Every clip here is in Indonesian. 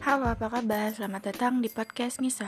Halo, apa kabar? Selamat datang di podcast Ngisah.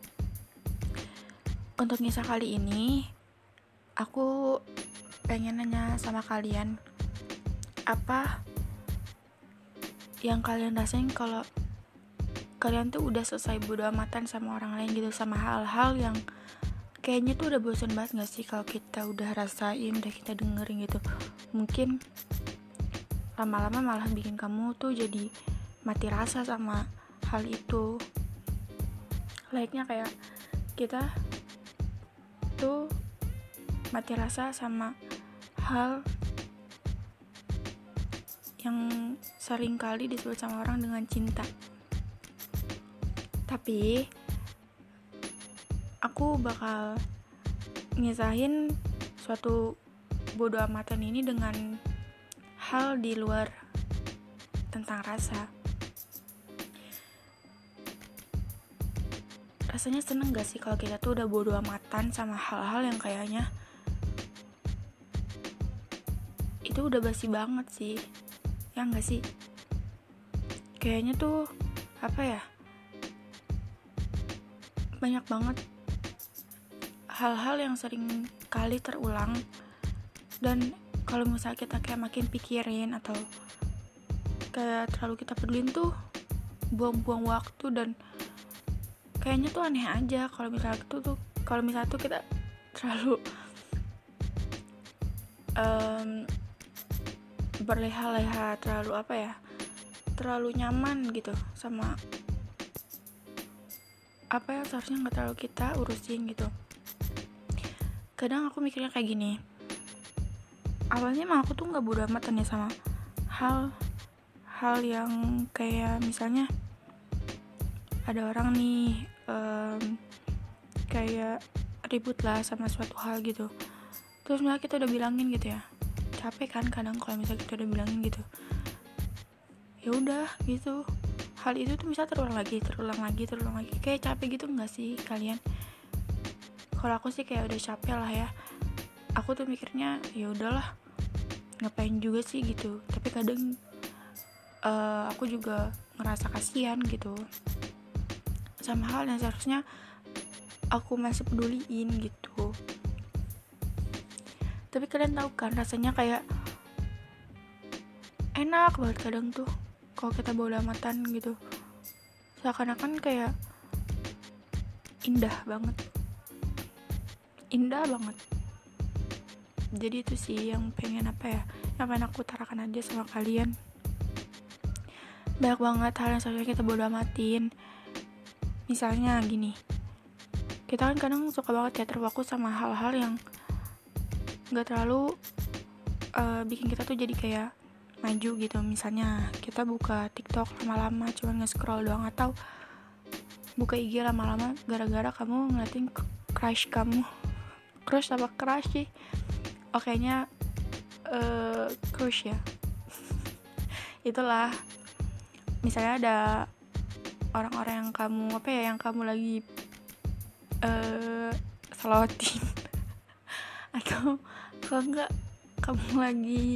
Untuk Ngisah kali ini, aku pengen nanya sama kalian, apa yang kalian rasain kalau kalian tuh udah selesai bodo amatan sama orang lain gitu, sama hal-hal yang kayaknya tuh udah bosan banget gak sih kalau kita udah rasain, udah kita dengerin gitu. Mungkin lama-lama malah bikin kamu tuh jadi mati rasa sama hal itu. Layaknya kayak kita tuh mati rasa sama hal yang sering kali disebut sama orang dengan cinta. Tapi aku bakal ngisahin suatu bodo amatan ini dengan hal di luar tentang rasa. Rasanya seneng gak sih kalau kita tuh udah bodo amatan sama hal-hal yang kayaknya itu udah basi banget sih, ya gak sih? Kayaknya tuh apa ya, banyak banget hal-hal yang sering kali terulang, dan kalau misalnya kita kayak makin pikirin atau kayak terlalu kita pedulin tuh buang-buang waktu, dan kayaknya tuh aneh aja kalau misalnya tuh kita terlalu berleha-leha, terlalu nyaman gitu sama apa yang seharusnya nggak terlalu kita urusin gitu. Kadang aku mikirnya kayak gini, awalnya emang aku tuh nggak bodo amatan ya sama hal yang kayak misalnya ada orang nih kayak ribut lah sama suatu hal gitu, terus misalnya kita udah bilangin gitu ya, capek kan kadang kalau misalnya kita udah bilangin gitu, ya udah gitu, hal itu tuh bisa terulang lagi, kayak capek gitu nggak sih kalian? Kalau aku sih kayak udah capek lah ya. Aku tuh mikirnya ya udahlah, ngapain juga sih gitu, tapi kadang aku juga ngerasa kasihan gitu sama hal yang seharusnya aku masih peduliin gitu. Tapi kalian tahu kan rasanya kayak enak banget kadang tuh kalau kita bodo amatan gitu, seakan-akan kayak indah banget. Jadi itu sih yang pengen aku utarakan aja sama kalian. Banyak banget hal yang seharusnya kita bodo amatin. Misalnya gini, kita kan kadang suka banget ya terfokus sama hal-hal yang gak terlalu bikin kita tuh jadi kayak maju gitu. Misalnya kita buka TikTok lama-lama cuman nge-scroll doang, atau buka IG lama-lama gara-gara kamu ngeliatin crush kamu. Crush apa crush sih? Kayaknya crush ya. Itulah, misalnya ada orang-orang yang kamu lagi selotin atau kalau enggak kamu lagi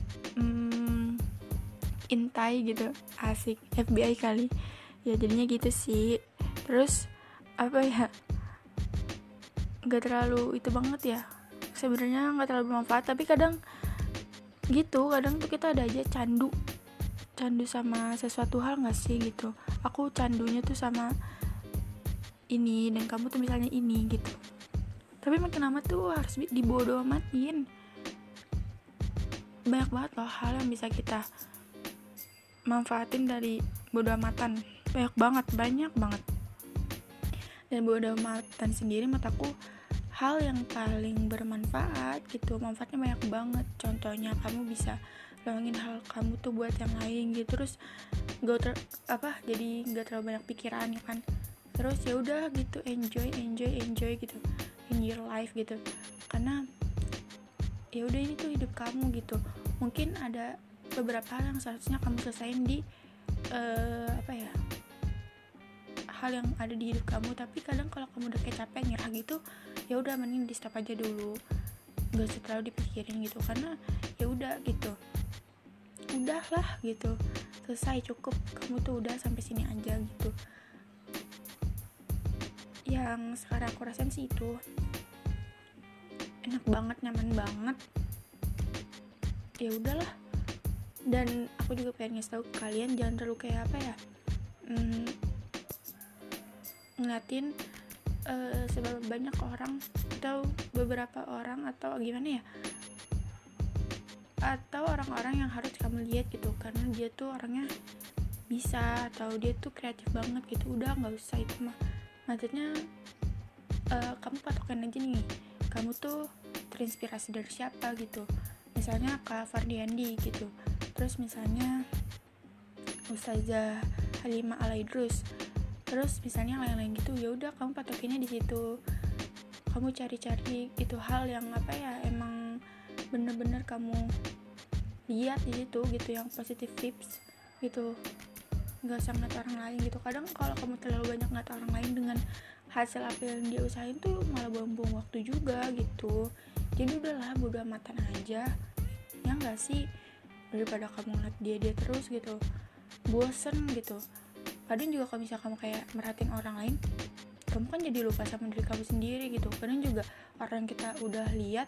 intai gitu, asik, FBI kali ya, jadinya gitu sih. Terus nggak terlalu itu banget ya, sebenarnya nggak terlalu bermanfaat, tapi kadang tuh kita ada aja candu sama sesuatu hal nggak sih gitu. Aku candunya tuh sama ini, dan kamu tuh misalnya ini gitu, tapi makin lama tuh harus dibodo amatin. Banyak banget loh hal yang bisa kita manfaatin dari bodo amatan, banyak banget. Dan bodo amatan sendiri mataku hal yang paling bermanfaat gitu, manfaatnya banyak banget. Contohnya kamu bisa luangin hal kamu tuh buat yang lain gitu, terus jadi nggak terlalu banyak pikiran ya kan. Terus ya udah gitu, enjoy gitu in your life gitu, karena ya udah ini tuh hidup kamu gitu. Mungkin ada beberapa hal yang seharusnya kamu selesain di hal yang ada di hidup kamu, tapi kadang kalau kamu udah kayak capek nyerah gitu, ya udah mending di stop aja dulu, nggak usah terlalu dipikirin gitu, karena ya udah gitu, udahlah gitu, selesai, cukup, kamu tuh udah sampai sini aja gitu. Yang sekarang aku rasain sih itu enak banget, nyaman banget, ya udahlah. Dan aku juga pengen ngasih tahu ke kalian, jangan terlalu kayak apa ya, ngeliatin seberapa banyak orang atau beberapa orang atau gimana ya, atau orang-orang yang harus kamu lihat gitu karena dia tuh orangnya bisa atau dia tuh kreatif banget gitu. Udah, nggak usah itu mah. Maksudnya kamu patokan aja nih, kamu tuh terinspirasi dari siapa gitu. Misalnya Kak Fardiandi gitu, terus misalnya Ustazah Halimah Alaidrus, terus misalnya lain-lain gitu. Ya udah, kamu patokinnya di situ. Kamu cari-cari itu hal yang apa ya, emang bener-bener kamu lihat di situ gitu, yang positif tips gitu. Nggak usah ngeliat orang lain gitu. Kadang kalau kamu terlalu banyak ngeliat orang lain dengan hasil apa yang dia usahain tuh malah buang-buang waktu juga gitu. Jadi udahlah, bodo amatan aja, ya nggak sih, daripada kamu ngeliat dia terus gitu, bosen gitu. Kadang juga kalau misalnya kamu kayak merhatiin orang lain, kamu kan jadi lupa sama diri kamu sendiri gitu. Kadang juga orang yang kita udah lihat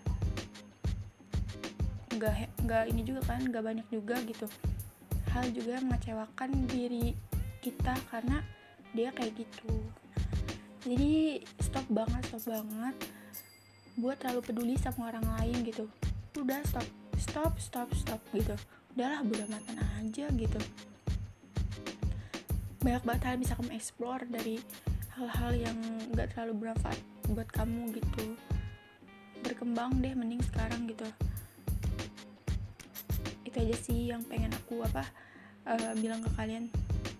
nggak ini juga kan, nggak banyak juga gitu hal juga yang mengecewakan diri kita karena dia kayak gitu. Jadi stop banget buat terlalu peduli sama orang lain gitu. Udah, stop gitu. Udahlah, bodo amatan aja gitu. Banyak banget hal yang bisa kamu explore dari hal-hal yang gak terlalu bermanfaat buat kamu gitu. Berkembang deh mending sekarang gitu. Itu aja sih yang pengen aku bilang ke kalian.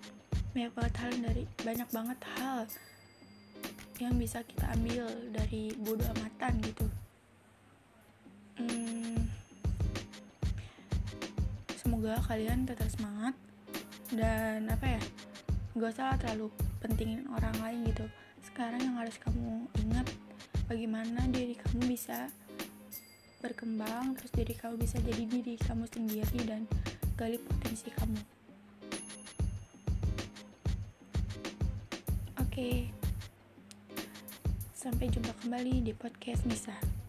Banyak banget hal yang bisa kita ambil dari bodo amatan gitu. Semoga kalian tetap semangat dan gak usah terlalu pentingin orang lain gitu. Sekarang yang harus kamu ingat, bagaimana diri kamu bisa berkembang, terus diri kamu bisa jadi diri kamu sendiri dan gali potensi kamu. Oke. Sampai jumpa kembali di podcast Nisa.